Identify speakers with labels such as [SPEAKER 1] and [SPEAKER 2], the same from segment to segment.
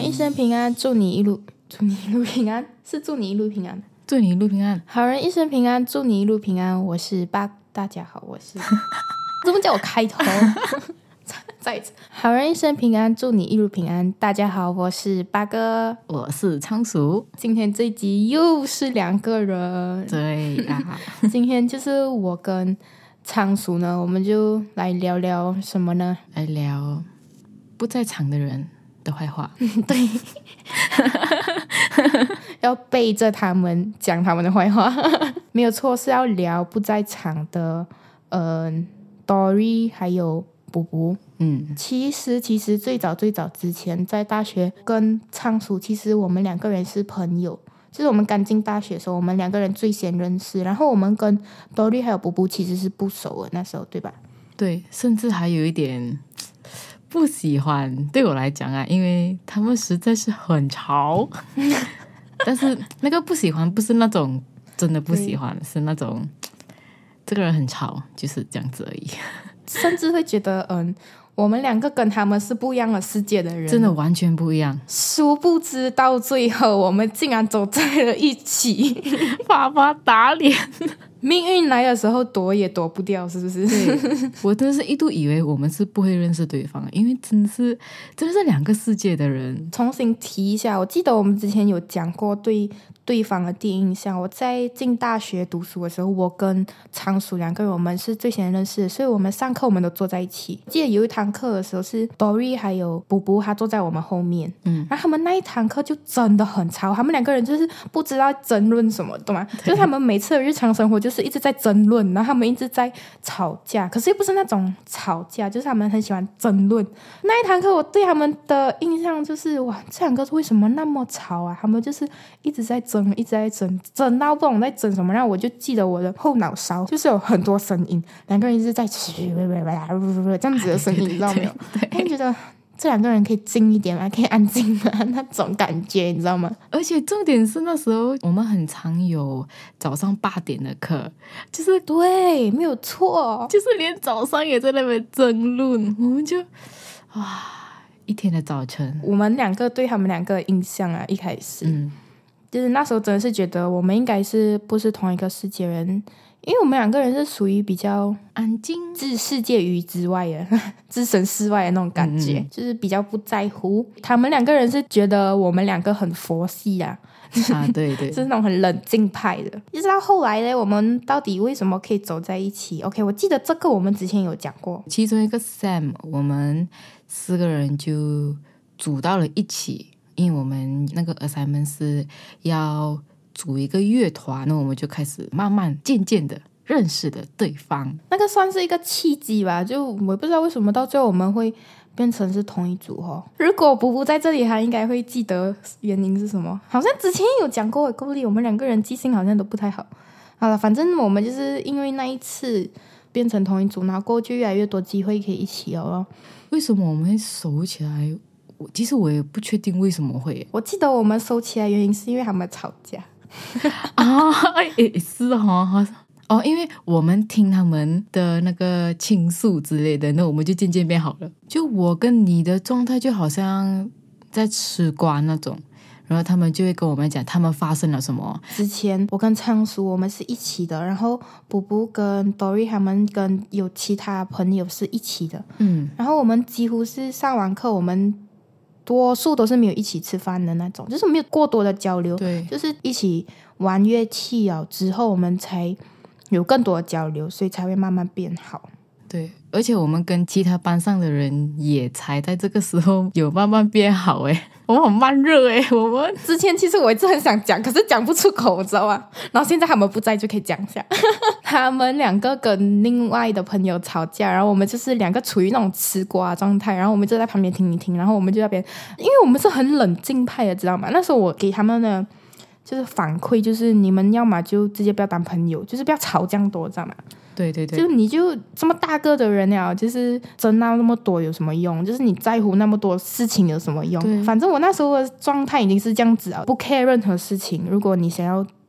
[SPEAKER 1] 一生平安，祝你一路平安，是祝你一路平安，
[SPEAKER 2] 祝你一路平安。
[SPEAKER 1] 好人一生平安，祝你一路平安。我是大家好，我是怎么叫我开头？再一次，好人一生平安，祝你一路平安。大家好，我是八哥，
[SPEAKER 2] 我是仓鼠。
[SPEAKER 1] 今天这一集又是2个人，
[SPEAKER 2] 对啊，
[SPEAKER 1] 今天就是我跟仓鼠呢，我们就来聊聊什么呢？
[SPEAKER 2] 来聊不在场的人的坏话。
[SPEAKER 1] 对，要背着他们讲他们的坏话，没有错，是要聊不在场的Dory 还有布布。其实最早之前在大学跟仓鼠，其实我们2个人是朋友，就是我们刚进大学的时候，我们2个人最先认识，然后我们跟 Dory 还有布布其实是不熟的，那时候对吧？
[SPEAKER 2] 对，甚至还有一点不喜欢，对我来讲啊，因为他们实在是很吵。但是那个不喜欢不是那种真的不喜欢，是那种这个人很吵，就是这样子而已。
[SPEAKER 1] 甚至会觉得我们2个跟他们是不一样的世界的人，
[SPEAKER 2] 真的完全不一样。
[SPEAKER 1] 殊不知到最后我们竟然走在了一起，
[SPEAKER 2] 爸爸打脸。
[SPEAKER 1] 命运来的时候躲也躲不掉，是不是？
[SPEAKER 2] 对，我真的是一度以为我们是不会认识对方，因为真的是2个世界的人。
[SPEAKER 1] 重新提一下，我记得我们之前有讲过对方的第一印象。我在进大学读书的时候，我跟仓鼠2个人我们是最先认识的，所以我们上课我们都坐在一起。记得有一堂课的时候是 Dory 还有布布他坐在我们后面，然后他们那一堂课就真的很吵，他们2个人就是不知道争论什么，懂吗？就是他们每次的日常生活就是一直在争论，然后他们一直在吵架，可是又不是那种吵架，就是他们很喜欢争论。那一堂课我对他们的印象就是哇，这2个为什么那么吵啊？他们就是一直在争到不懂在争什么。然后我就记得我的后脑勺就是有很多声音，2个人一直在这样子的声音，你知道没有？我觉得这2个人可以静一点吗？可以安静吗？那种感觉你知道吗？
[SPEAKER 2] 而且重点是那时候我们很常有早上8点的课，就是
[SPEAKER 1] 对，没有错，
[SPEAKER 2] 就是连早上也在那边争论，我们就哇，一天的早晨。
[SPEAKER 1] 我们2个对他们2个的印象啊，一开始就是那时候真的是觉得我们应该是不是同一个世界人，因为我们2个人是属于比较
[SPEAKER 2] 安静，
[SPEAKER 1] 置世界于之外的，置身事外的那种感觉，就是比较不在乎。他们2个人是觉得我们2个很佛系啊，
[SPEAKER 2] 对对，
[SPEAKER 1] 就是那种很冷静派的。一直到后来呢，我们到底为什么可以走在一起 ？OK， 我记得这个我们之前有讲过，
[SPEAKER 2] 其中一个 Sam， 我们4个人就组到了一起。因为我们那个 assignment 是要组一个乐团，那我们就开始慢慢渐渐的认识了对方。
[SPEAKER 1] 那个算是一个契机吧，就我不知道为什么到最后我们会变成是同一组如果布布在这里，他应该会记得原因是什么。好像之前有讲过，够力我们2个人记性好像都不太好。好了，反正我们就是因为那一次变成同一组，然后过后就越来越多机会可以一起了。为什么
[SPEAKER 2] 我们会熟起来？其实我也不确定为什么会。
[SPEAKER 1] 我记得我们收起来原因是因为他们吵架
[SPEAKER 2] 是因为我们听他们的那个倾诉之类的，那我们就渐渐变好了。就我跟你的状态就好像在吃瓜那种，然后他们就会跟我们讲他们发生了什么。
[SPEAKER 1] 之前我跟仓鼠我们是一起的，然后布布跟 Dory 他们跟有其他朋友是一起的，然后我们几乎是上完课我们多数都是没有一起吃饭的那种，就是没有过多的交流，
[SPEAKER 2] 对，
[SPEAKER 1] 就是一起玩乐器之后我们才有更多的交流，所以才会慢慢变好。
[SPEAKER 2] 对，而且我们跟其他班上的人也才在这个时候有慢慢变好我们很慢热我们
[SPEAKER 1] 之前其实我一直很想讲，可是讲不出口，知道吗？然后现在他们不在就可以讲一下他们2个跟另外的朋友吵架，然后我们就是2个处于那种吃瓜状态，然后我们就在旁边听一听，然后我们就在那边，因为我们是很冷静派的，知道吗？那时候我给他们的就是反馈，就是你们要么就直接不要当朋友，就是不要吵这样多，知道吗？
[SPEAKER 2] 对对对，
[SPEAKER 1] 就你就这么大个的人了，就是争闹那么多有什么用？就是你在乎那么多事情有什么用？反正我那时候的状态已经是这样子啊，不 care 任何事情。如果你想要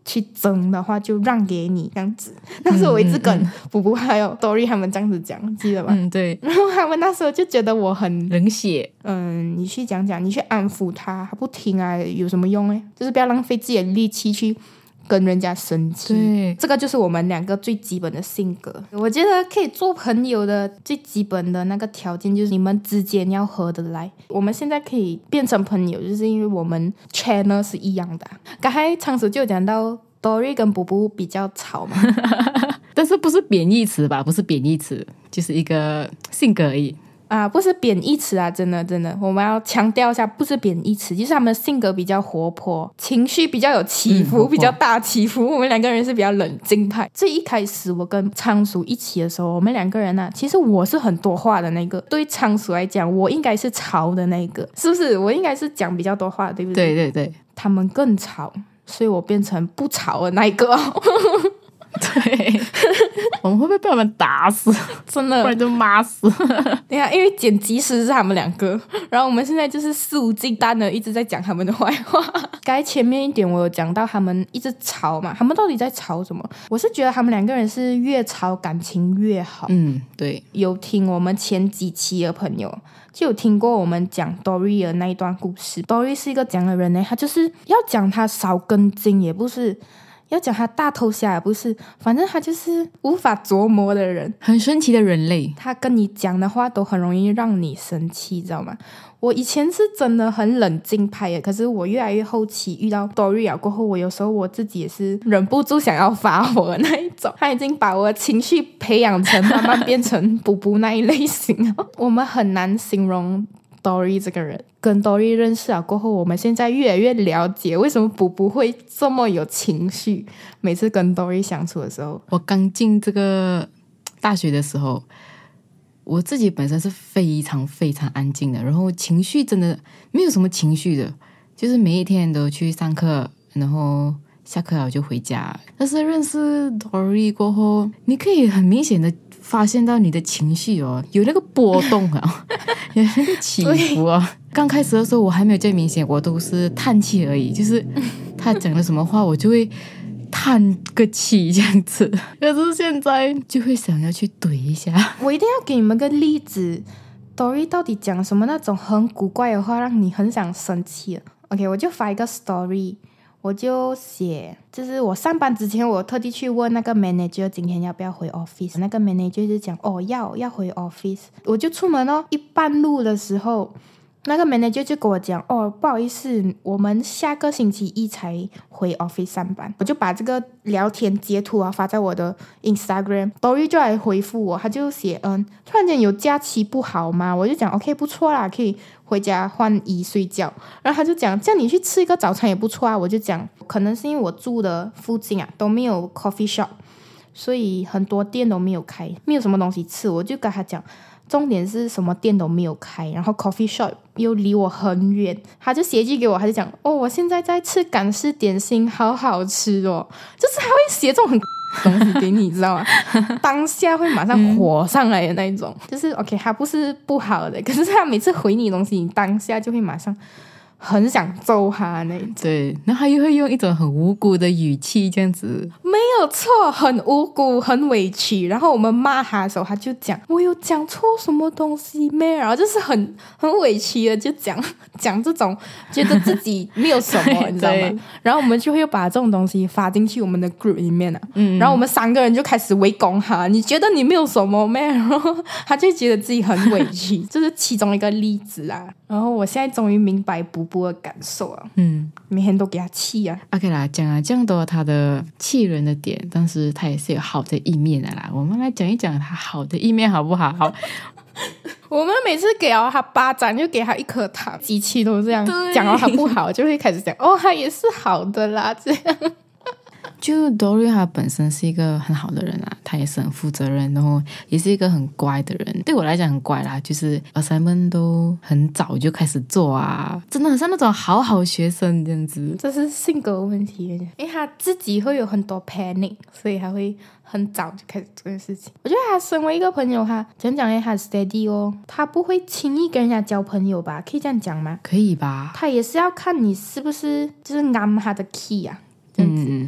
[SPEAKER 1] 去争的话就让给你这样子。那时候我一直跟布布还有 Dory 他们这样子讲，记得吗？
[SPEAKER 2] 对。
[SPEAKER 1] 然后他们那时候就觉得我很
[SPEAKER 2] 冷血。
[SPEAKER 1] 你去讲，你去安抚他不听啊，有什么用呢？就是不要浪费自己的力气去跟人家生气。
[SPEAKER 2] 对，
[SPEAKER 1] 这个就是我们两个最基本的性格。我觉得可以做朋友的最基本的那个条件就是你们之间要合得来。我们现在可以变成朋友，就是因为我们 channel 是一样的。刚才仓鼠就有讲到 Dory 跟布布比较吵嘛
[SPEAKER 2] 但是不是贬义词吧？不是贬义词，就是一个性格而已
[SPEAKER 1] 啊，不是贬义词啊，真的，我们要强调一下，不是贬义词，就是他们性格比较活泼，情绪比较有起伏，比较大起伏。我们两个人是比较冷静派。最一开始我跟仓鼠一起的时候，我们两个人啊，其实我是很多话的那个，对仓鼠来讲，我应该是吵的那个，是不是？我应该是讲比较多话，对不对？
[SPEAKER 2] 对对对，
[SPEAKER 1] 他们更吵，所以我变成不吵的那一个
[SPEAKER 2] 对，我们会不会被他们打死？
[SPEAKER 1] 真的，
[SPEAKER 2] 不然就骂死。
[SPEAKER 1] 对啊，因为剪辑师是他们两个，然后我们现在就是肆无忌惮的一直在讲他们的坏话。刚才前面一点我有讲到他们一直吵嘛，他们到底在吵什么？我是觉得他们两个人是越吵感情越好。
[SPEAKER 2] 对，
[SPEAKER 1] 有听我们前几期的朋友就有听过我们讲 Dory 的那一段故事。Dory 是一个这样的人呢，他就是要讲他少根筋也不是，要讲他大头虾也不是，反正他就是无法琢磨的人，
[SPEAKER 2] 很神奇的人类。
[SPEAKER 1] 他跟你讲的话都很容易让你生气，知道吗？我以前是真的很冷静派的，可是我越来越后期遇到 Dory 过后，我有时候我自己也是忍不住想要发火的那一种。他已经把我的情绪培养成慢慢变成布布那一类型我们很难形容Dory 这个人。跟 Dory 认识了过后，我们现在越来越了解为什么布布会这么有情绪。每次跟 Dory 相处的时候，
[SPEAKER 2] 我刚进这个大学的时候，我自己本身是非常非常安静的，然后情绪真的没有什么情绪的，就是每一天都去上课，然后下课了就回家。但是认识 Dory 过后，你可以很明显的发现到你的情绪有那个波动有那个起伏刚开始的时候我还没有这么明显，我都是叹气而已，就是他讲了什么话我就会叹个气这样子。可是现在就会想要去怼一下。
[SPEAKER 1] 我一定要给你们个例子， Dory 到底讲什么那种很古怪的话让你很想生气了。 OK， 我就发一个 story， 我就写，就是我上班之前我特地去问那个 manager 今天要不要回 office， 那个 manager 就讲要回 office。 我就出门一半路的时候，那个 manager 就跟我讲不好意思，我们下个星期一才回 office 上班。我就把这个聊天截图发在我的 Instagram， Dory 就来回复我，他就写突然间有假期不好吗？我就讲 OK 不错啦，可以回家换衣睡觉。然后他就讲叫你去吃一个早餐也不错啊。我就讲可能是因为我住的附近都没有 coffee shop， 所以很多店都没有开，没有什么东西吃。我就跟他讲重点是什么店都没有开，然后 coffee shop 又离我很远。他就写一句给我，他就讲我现在在吃港式点心，好好吃就是他会写这种很东西给你知道吗？当下会马上火上来的那一种。就是 OK 他不是不好的，可是他每次回你东西，你当下就会马上很想揍他那种。
[SPEAKER 2] 对，然后他又会用一种很无辜的语气这样子。
[SPEAKER 1] 没有错，很无辜很委屈。然后我们骂他的时候，他就讲我有讲错什么东西没？然后就是很委屈的就讲这种觉得自己没有什么你知道吗？然后我们就会把这种东西发进去我们的 group 里面然后我们3个人就开始围攻他，你觉得你没有什么没？然后他就觉得自己很委屈这是其中一个例子啦。然后我现在终于明白布布的感受了，每天都给他气
[SPEAKER 2] OK 啦，讲这样多他的气人的点，但是他也是有好的一面的啦。我们来讲一讲他好的一面好不好？
[SPEAKER 1] 我们每次给了他巴掌就给他一颗糖，机器都这样讲到他不好就会开始讲他也是好的啦这样。
[SPEAKER 2] 就 Dory 他本身是一个很好的人啦，他也是很负责任，然后也是一个很乖的人。对我来讲很乖啦，就是 assignment 都很早就开始做真的很像那种好学生这样子。
[SPEAKER 1] 这是性格问题，因为他自己会有很多 panic， 所以他会很早就开始做这件事情。我觉得他身为一个朋友，他讲他很 steady他不会轻易跟人家交朋友吧？可以这样讲吗？
[SPEAKER 2] 可以吧。
[SPEAKER 1] 他也是要看你是不是就是按他的 key 这样子。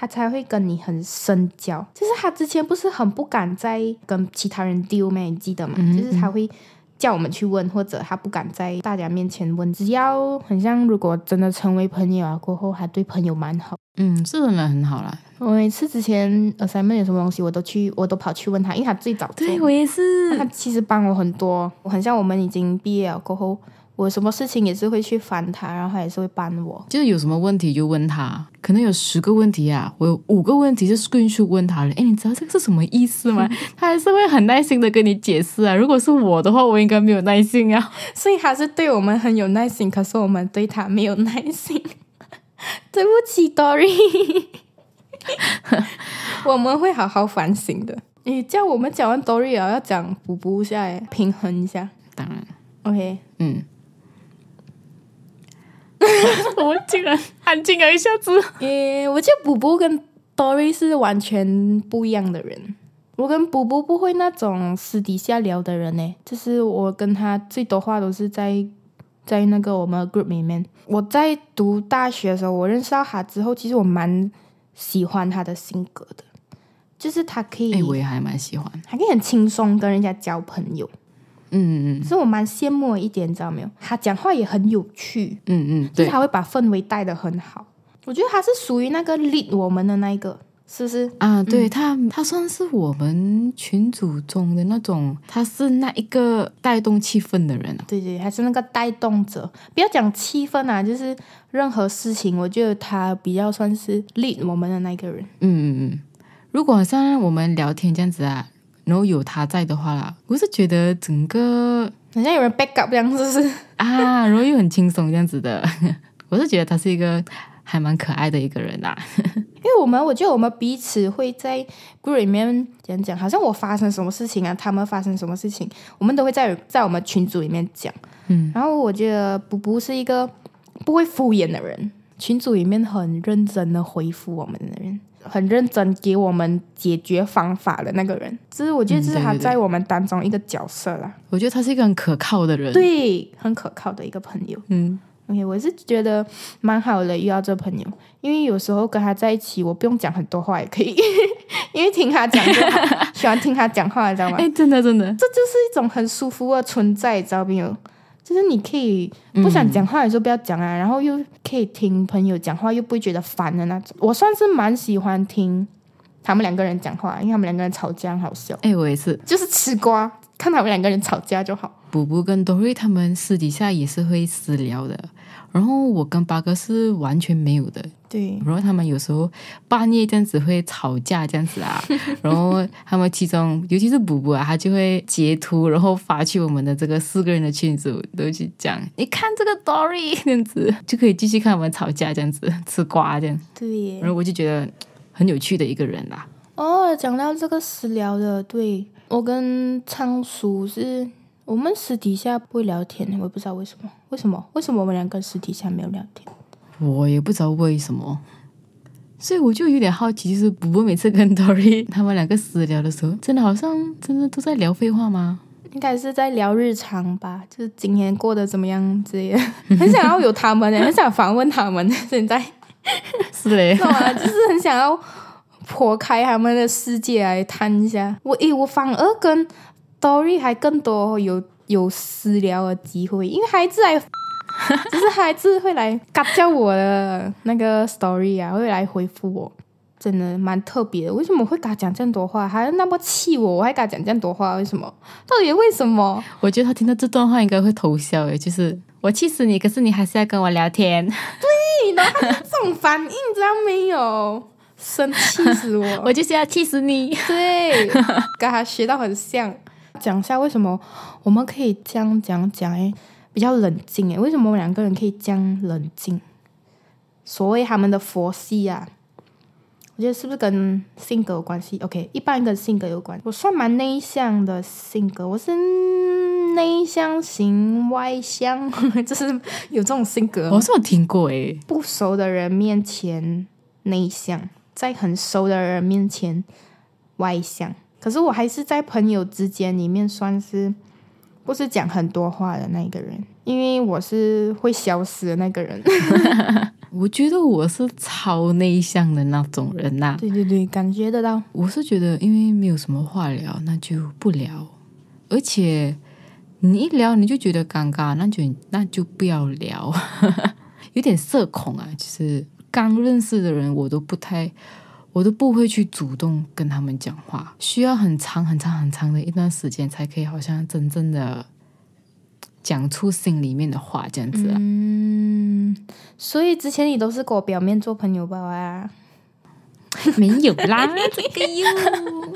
[SPEAKER 1] 他才会跟你很深交。就是他之前不是很不敢再跟其他人丢咩，你记得吗？就是他会叫我们去问，或者他不敢在大家面前问。只要很像如果真的成为朋友过后，他对朋友蛮好。
[SPEAKER 2] 是真的很好啦。
[SPEAKER 1] 我每次之前 assignment 有什么东西我都跑去问他，因为他最早做。
[SPEAKER 2] 对，我也是。
[SPEAKER 1] 他其实帮我很多。我很像我们已经毕业了过后，我什么事情也是会去烦他，然后他也是会帮我。
[SPEAKER 2] 就是有什么问题就问他，可能有10个问题啊，我有5个问题是 screenshot 问他了。你知道这个是什么意思吗？他还是会很耐心的跟你解释啊。如果是我的话，我应该没有耐心啊。
[SPEAKER 1] 所以他是对我们很有耐心，可是我们对他没有耐心。对不起 Dory 我们会好好反省的。这样我们讲完 Dory 要讲补补一下，平衡一下。
[SPEAKER 2] 当然
[SPEAKER 1] OK
[SPEAKER 2] 我们竟然安静了一下子。
[SPEAKER 1] 我觉得补补跟 Dory 是完全不一样的人。我跟补补不会那种私底下聊的人呢，就是我跟他最多话都是在那个我们的 group 里面。我在读大学的时候，我认识到他之后，其实我蛮喜欢他的性格的，就是他可以
[SPEAKER 2] 我也还蛮喜欢，
[SPEAKER 1] 还可以很轻松跟人家交朋友。所以我蛮羡慕的一点，你知道没有？他讲话也很有趣。就是他会把氛围带得很好。我觉得他是属于那个 lead 我们的那一个，是不是
[SPEAKER 2] 啊？对，他算是我们群组中的那种，他是那一个带动气氛的人。
[SPEAKER 1] 对，还是那个带动者。不要讲气氛啊，就是任何事情，我觉得他比较算是 lead 我们的那个人。
[SPEAKER 2] 如果像我们聊天这样子啊，然后有他在的话啦，我是觉得整个
[SPEAKER 1] 好像有人 back up 这样，是不是
[SPEAKER 2] 啊？然后又很轻松这样子的。我是觉得他是一个还蛮可爱的一个人啦。
[SPEAKER 1] 因为我觉得我们彼此会在 group 里面讲，好像我发生什么事情啊，他们发生什么事情，我们都会在我们群组里面讲。然后我觉得补补是一个不会敷衍的人，群组里面很认真的回复我们的人，很认真给我们解决方法的那个人。就是我觉得这是他在我们当中一个角色啦。
[SPEAKER 2] 我觉得他是一个很可靠的人。
[SPEAKER 1] 对，很可靠的一个朋友。OK， 我是觉得蛮好的遇到这朋友，因为有时候跟他在一起，我不用讲很多话也可以，因为听他讲就好，喜欢听他讲话，你知道吗？
[SPEAKER 2] 真的，这就是
[SPEAKER 1] 一种很舒服的存在，知道没有？就是你可以不想讲话的时候不要讲啊，然后又可以听朋友讲话，又不会觉得烦的那种。我算是蛮喜欢听他们2个人讲话，因为他们2个人吵架很好笑。
[SPEAKER 2] 我也是，
[SPEAKER 1] 就是吃瓜，看他们2个人吵架就好。
[SPEAKER 2] 补补跟 Dory 他们私底下也是会私聊的，然后我跟八哥是完全没有的。
[SPEAKER 1] 对，
[SPEAKER 2] 然后他们有时候半夜这样子会吵架这样子啊，然后他们其中尤其是补补啊，他就会截图然后发去我们的这个4个人的群组，都去讲你看这个 Dory 这样子，就可以继续看我们吵架这样子，吃瓜这样。
[SPEAKER 1] 对，
[SPEAKER 2] 然后我就觉得很有趣的一个人啦。
[SPEAKER 1] 讲到这个私聊的，对，我跟仓鼠是我们私底下不会聊天，我也不知道为什么我们2个私底下没有聊天，
[SPEAKER 2] 我也不知道为什么。所以我就有点好奇，就是补补每次跟 Dory 他们2个私聊的时候，真的好像真的都在聊废话吗？
[SPEAKER 1] 应该是在聊日常吧，就是今天过得怎么样之类的。很想要有他们很想访问他们，现在
[SPEAKER 2] 是嘞，
[SPEAKER 1] 懂吗？就是很想要破开他们的世界来探一下。我反而跟 Dory 还更多有私聊的机会，因为孩子来就是孩子会来嘎叫我的那个 story 啊，会来回复我，真的蛮特别的。为什么会跟他讲这样多话，还那么气我还跟他讲这样多话？为什么？到底为什么？
[SPEAKER 2] 我觉得他听到这段话应该会偷笑诶，就是我气死你，可是你还是要跟我聊天。
[SPEAKER 1] 对，然后他是这种反应，知道没有？生气死我！
[SPEAKER 2] 我就是要气死你。
[SPEAKER 1] 对，跟他学到很像。讲一下为什么我们可以这样讲比较冷静诶？为什么我们2个人可以这样冷静？所谓他们的佛系啊，我觉得是不是跟性格有关系 ？OK， 一般跟性格有关。我算蛮内向的性格，我是内向型外向，就是有这种性格。
[SPEAKER 2] 我是有听过诶，
[SPEAKER 1] 不熟的人面前内向，在很熟的人面前外向。可是我还是在朋友之间里面算是不是讲很多话的那个人，因为我是会消失的那个人。
[SPEAKER 2] 我觉得我是超内向的那种人呐、
[SPEAKER 1] 对对对，感觉得到。
[SPEAKER 2] 我是觉得因为没有什么话聊，那就不聊，而且你一聊你就觉得尴尬，那就不要聊。有点社恐啊，就是刚认识的人我都不会去主动跟他们讲话，需要很长很长很长的一段时间才可以好像真正的讲出心里面的话这样子啊。
[SPEAKER 1] 所以之前你都是跟我表面做朋友吧啊？
[SPEAKER 2] 没有啦，这个哟。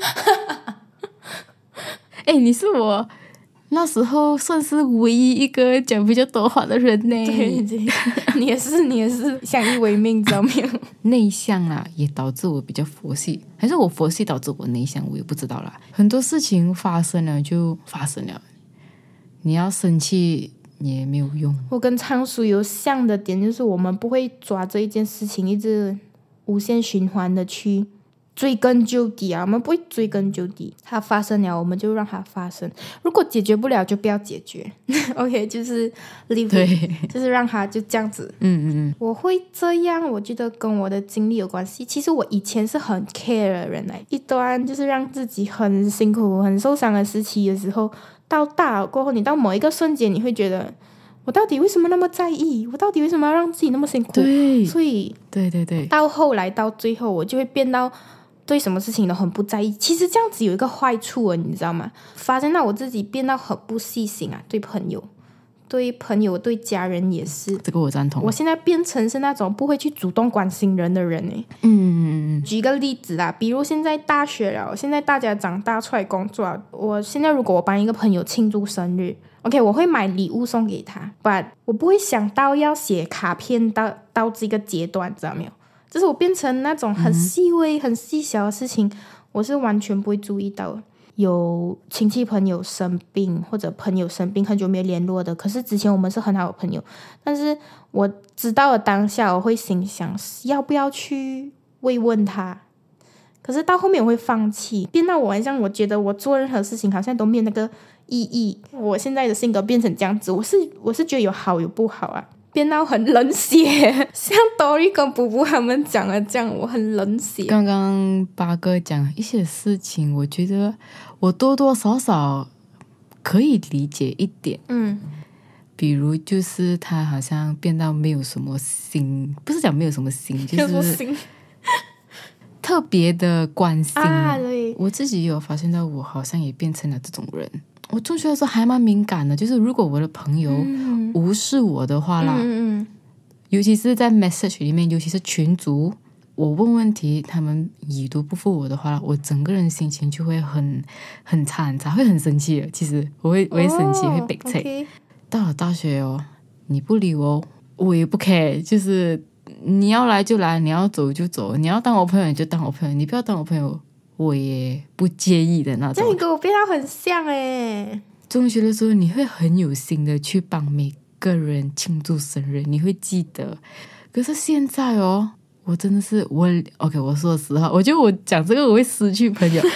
[SPEAKER 2] 你是我那时候算是唯一一个讲比较多话的人呢。
[SPEAKER 1] 对，你也是相依为命，知道没有？
[SPEAKER 2] 内向啊，也导致我比较佛系，还是我佛系导致我内向，我也不知道啦。很多事情发生了就发生了，你要生气也没有用。
[SPEAKER 1] 我跟仓鼠有像的点，就是我们不会抓这一件事情一直无限循环的去追根究底啊，我们不会追根究底，它发生了我们就让它发生，如果解决不了就不要解决。OK， 就是 leave，
[SPEAKER 2] 对，
[SPEAKER 1] 就是让它就这样子。我会这样，我觉得跟我的经历有关系。其实我以前是很 care 的人来，一段就是让自己很辛苦很受伤的时期的时候，到大了过后，你到某一个瞬间你会觉得我到底为什么那么在意，我到底为什么要让自己那么辛苦。
[SPEAKER 2] 对，
[SPEAKER 1] 所以
[SPEAKER 2] 对，
[SPEAKER 1] 到后来到最后我就会变到对什么事情都很不在意。其实这样子有一个坏处啊，你知道吗？发现到我自己变到很不细心啊，对朋友对家人也是。
[SPEAKER 2] 这个我赞同。
[SPEAKER 1] 我现在变成是那种不会去主动关心人的人诶。举个例子啦，比如现在大学了，现在大家长大出来工作了，我现在如果我帮一个朋友庆祝生日，OK， 我会买礼物送给他， but 我不会想到要写卡片到这个阶段，知道没有？就是我变成那种很细微、很细小的事情，我是完全不会注意到的。有亲戚朋友生病，或者朋友生病很久没有联络的，可是之前我们是很好的朋友，但是我知道了当下我会心想要不要去慰问他，可是到后面我会放弃，变到我好像我觉得我做任何事情好像都没有那个意义。我现在的性格变成这样子，我是觉得有好有不好啊，变到很冷血，像 Dory 跟布布他们讲的这样，我很冷血。
[SPEAKER 2] 刚刚八哥讲一些事情，我觉得我多多少少可以理解一点。比如就是他好像变到没有什么心，不是讲没有什么心，就是特别的关心
[SPEAKER 1] 啊。对，
[SPEAKER 2] 我自己有发现到我好像也变成了这种人。我中学的时候还蛮敏感的，就是如果我的朋友无视我的话啦，尤其是在 message 里面，尤其是群组，我问问题他们已读不复我的话，我整个人心情就会很差，会很生气的。其实我会生气，会悲催。
[SPEAKER 1] Okay。
[SPEAKER 2] 到了大学你不理我，我也不 care， 就是你要来就来，你要走就走，你要当我朋友你就当我朋友，你不要当我朋友我也不介意的那种。
[SPEAKER 1] 这你跟我变到很像耶。
[SPEAKER 2] 中学的时候你会很有心的去帮每个人庆祝生日，你会记得。可是现在我真的是OK， 我说实话，我觉得我讲这个我会失去朋友。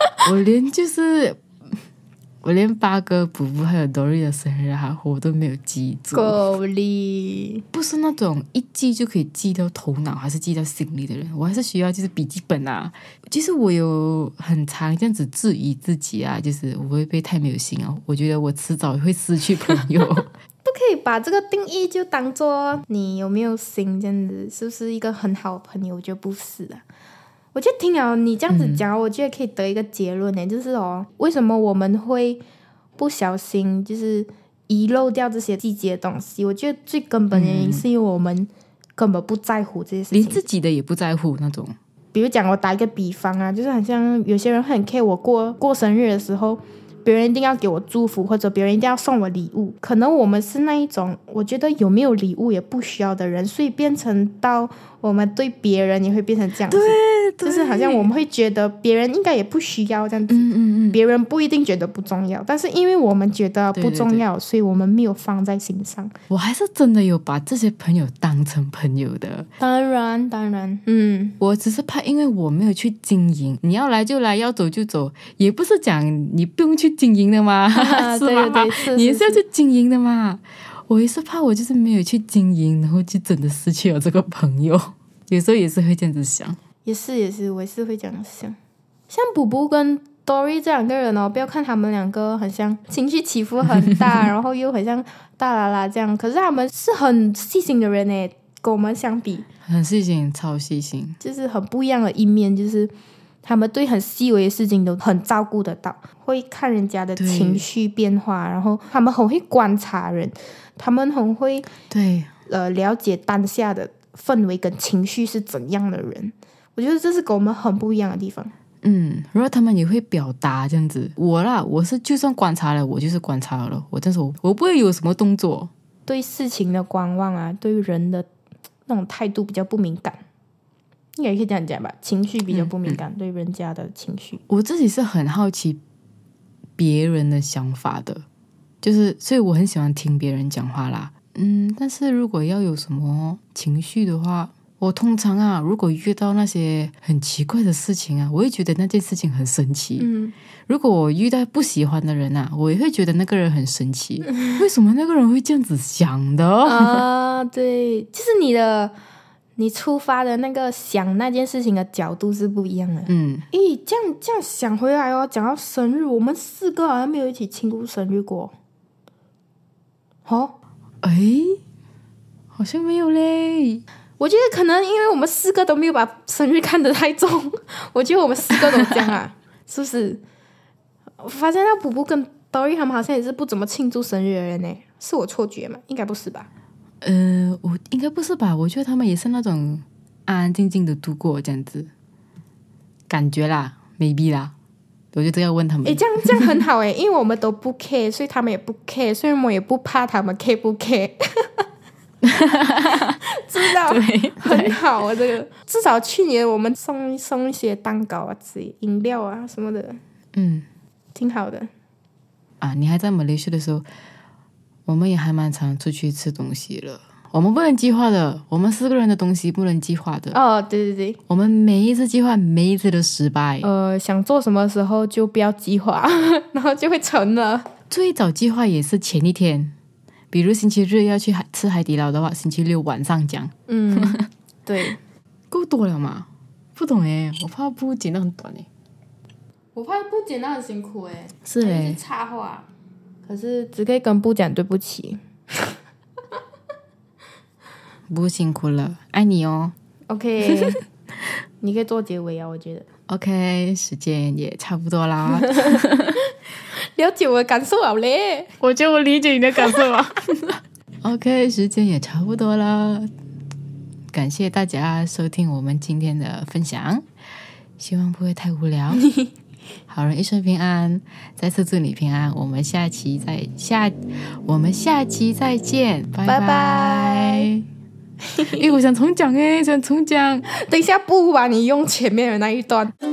[SPEAKER 2] 我连八哥、布布还有 Dory 的生日我都没有记住。
[SPEAKER 1] 够力，
[SPEAKER 2] 不是那种一记就可以记到头脑还是记到心里的人，我还是需要就是笔记本啊。其实我有很长这样子质疑自己啊，就是我会不会太没有心啊？我觉得我迟早会失去朋友。
[SPEAKER 1] 不可以把这个定义就当做你有没有心这样子，是不是一个很好的朋友？我觉得不是啊。我就听了你这样子讲，我觉得可以得一个结论呢，就是为什么我们会不小心就是遗漏掉这些细节的东西？我觉得最根本的原因是因为我们根本不在乎这些事情，
[SPEAKER 2] 连自己的也不在乎那种。
[SPEAKER 1] 比如讲，我打一个比方啊，就是好像有些人很 care 我过生日的时候，别人一定要给我祝福，或者别人一定要送我礼物。可能我们是那一种我觉得有没有礼物也不需要的人，所以变成到我们对别人也会变成这样子。
[SPEAKER 2] 对，
[SPEAKER 1] 就是好像我们会觉得别人应该也不需要这样子。别人不一定觉得不重要，但是因为我们觉得不重要，所以我们没有放在心上。
[SPEAKER 2] 我还是真的有把这些朋友当成朋友的。
[SPEAKER 1] 当然，
[SPEAKER 2] 我只是怕因为我没有去经营，你要来就来，要走就走，也不是讲你不用去经营的嘛。是吧？
[SPEAKER 1] 对，
[SPEAKER 2] 你也是要去经营的嘛。 我也是怕我就是没有去经营，然后就真的失去了这个朋友，有时候也是会这样子想。
[SPEAKER 1] 也是，我也是会这样想。像补补跟 Dory 这两个人哦，不要看他们两个很像情绪起伏很大，然后又很像大啦啦这样，可是他们是很细心的人诶，跟我们相比，
[SPEAKER 2] 很细心，超细心，
[SPEAKER 1] 就是很不一样的一面，就是他们对很细微的事情都很照顾得到，会看人家的情绪变化，然后他们很会观察人，他们很会
[SPEAKER 2] 对
[SPEAKER 1] 了解当下的氛围跟情绪是怎样的人，我觉得这是跟我们很不一样的地方。
[SPEAKER 2] 然后他们也会表达这样子。我是就算观察了，我就是观察了，但是我不会有什么动作。
[SPEAKER 1] 对事情的观望啊，对于人的那种态度比较不敏感，应该可以这样讲吧，情绪比较不敏感，对人家的情绪。
[SPEAKER 2] 我自己是很好奇别人的想法的，就是所以我很喜欢听别人讲话啦。但是如果要有什么情绪的话，我通常啊，如果遇到那些很奇怪的事情啊，我会觉得那件事情很神奇。如果我遇到不喜欢的人啊，我也会觉得那个人很神奇。为什么那个人会这样子想的？
[SPEAKER 1] 对，就是你出发的那个想那件事情的角度是不一样的。这样想回来哦，讲到生日，我们4个好像没有一起庆祝生日过。
[SPEAKER 2] 好像没有嘞。
[SPEAKER 1] 我觉得可能因为我们4个都没有把生日看得太重，我觉得我们4个都这样啊，是不是？我发现到补补跟 Dory 他们好像也是不怎么庆祝生日的人呢，是我错觉吗？应该不是吧？
[SPEAKER 2] 我应该不是吧？我觉得他们也是那种安安静静的度过这样子，感觉啦 ，maybe 啦。我觉得要问他们。
[SPEAKER 1] 这样很好诶，因为我们都不 care， 所以他们也不 care， 所以我们也不怕他们 care 不 care。知道，很好啊，这个至少去年我们送一些蛋糕啊、饮料啊什么的，挺好的
[SPEAKER 2] 啊。你还在马来西亚的时候，我们也还蛮常出去吃东西了。我们不能计划的，我们4个人的东西不能计划的。
[SPEAKER 1] 对，
[SPEAKER 2] 我们每一次计划，每一次都失败。
[SPEAKER 1] 想做什么时候就不要计划，然后就会成了。
[SPEAKER 2] 最早计划也是前一天。比如星期日要去吃海底捞的话，星期六晚上讲。
[SPEAKER 1] 对，
[SPEAKER 2] 够多了嘛？不懂诶，我怕布剪得很短诶。
[SPEAKER 1] 我怕布剪得很辛苦诶。
[SPEAKER 2] 是诶，
[SPEAKER 1] 插话，可是只可以跟布讲对不起。
[SPEAKER 2] 不辛苦了，爱你哦。
[SPEAKER 1] OK， 你可以做结尾啊，我觉得。
[SPEAKER 2] OK， 时间也差不多啦。
[SPEAKER 1] 了解我的感受了嘞，
[SPEAKER 2] 我觉得我理解你的感受了。OK， 时间也差不多了，感谢大家收听我们今天的分享，希望不会太无聊。好人一生平安，再次祝你平安。我们下期再见，拜拜。我想重讲等一下不把你用前面的那一段。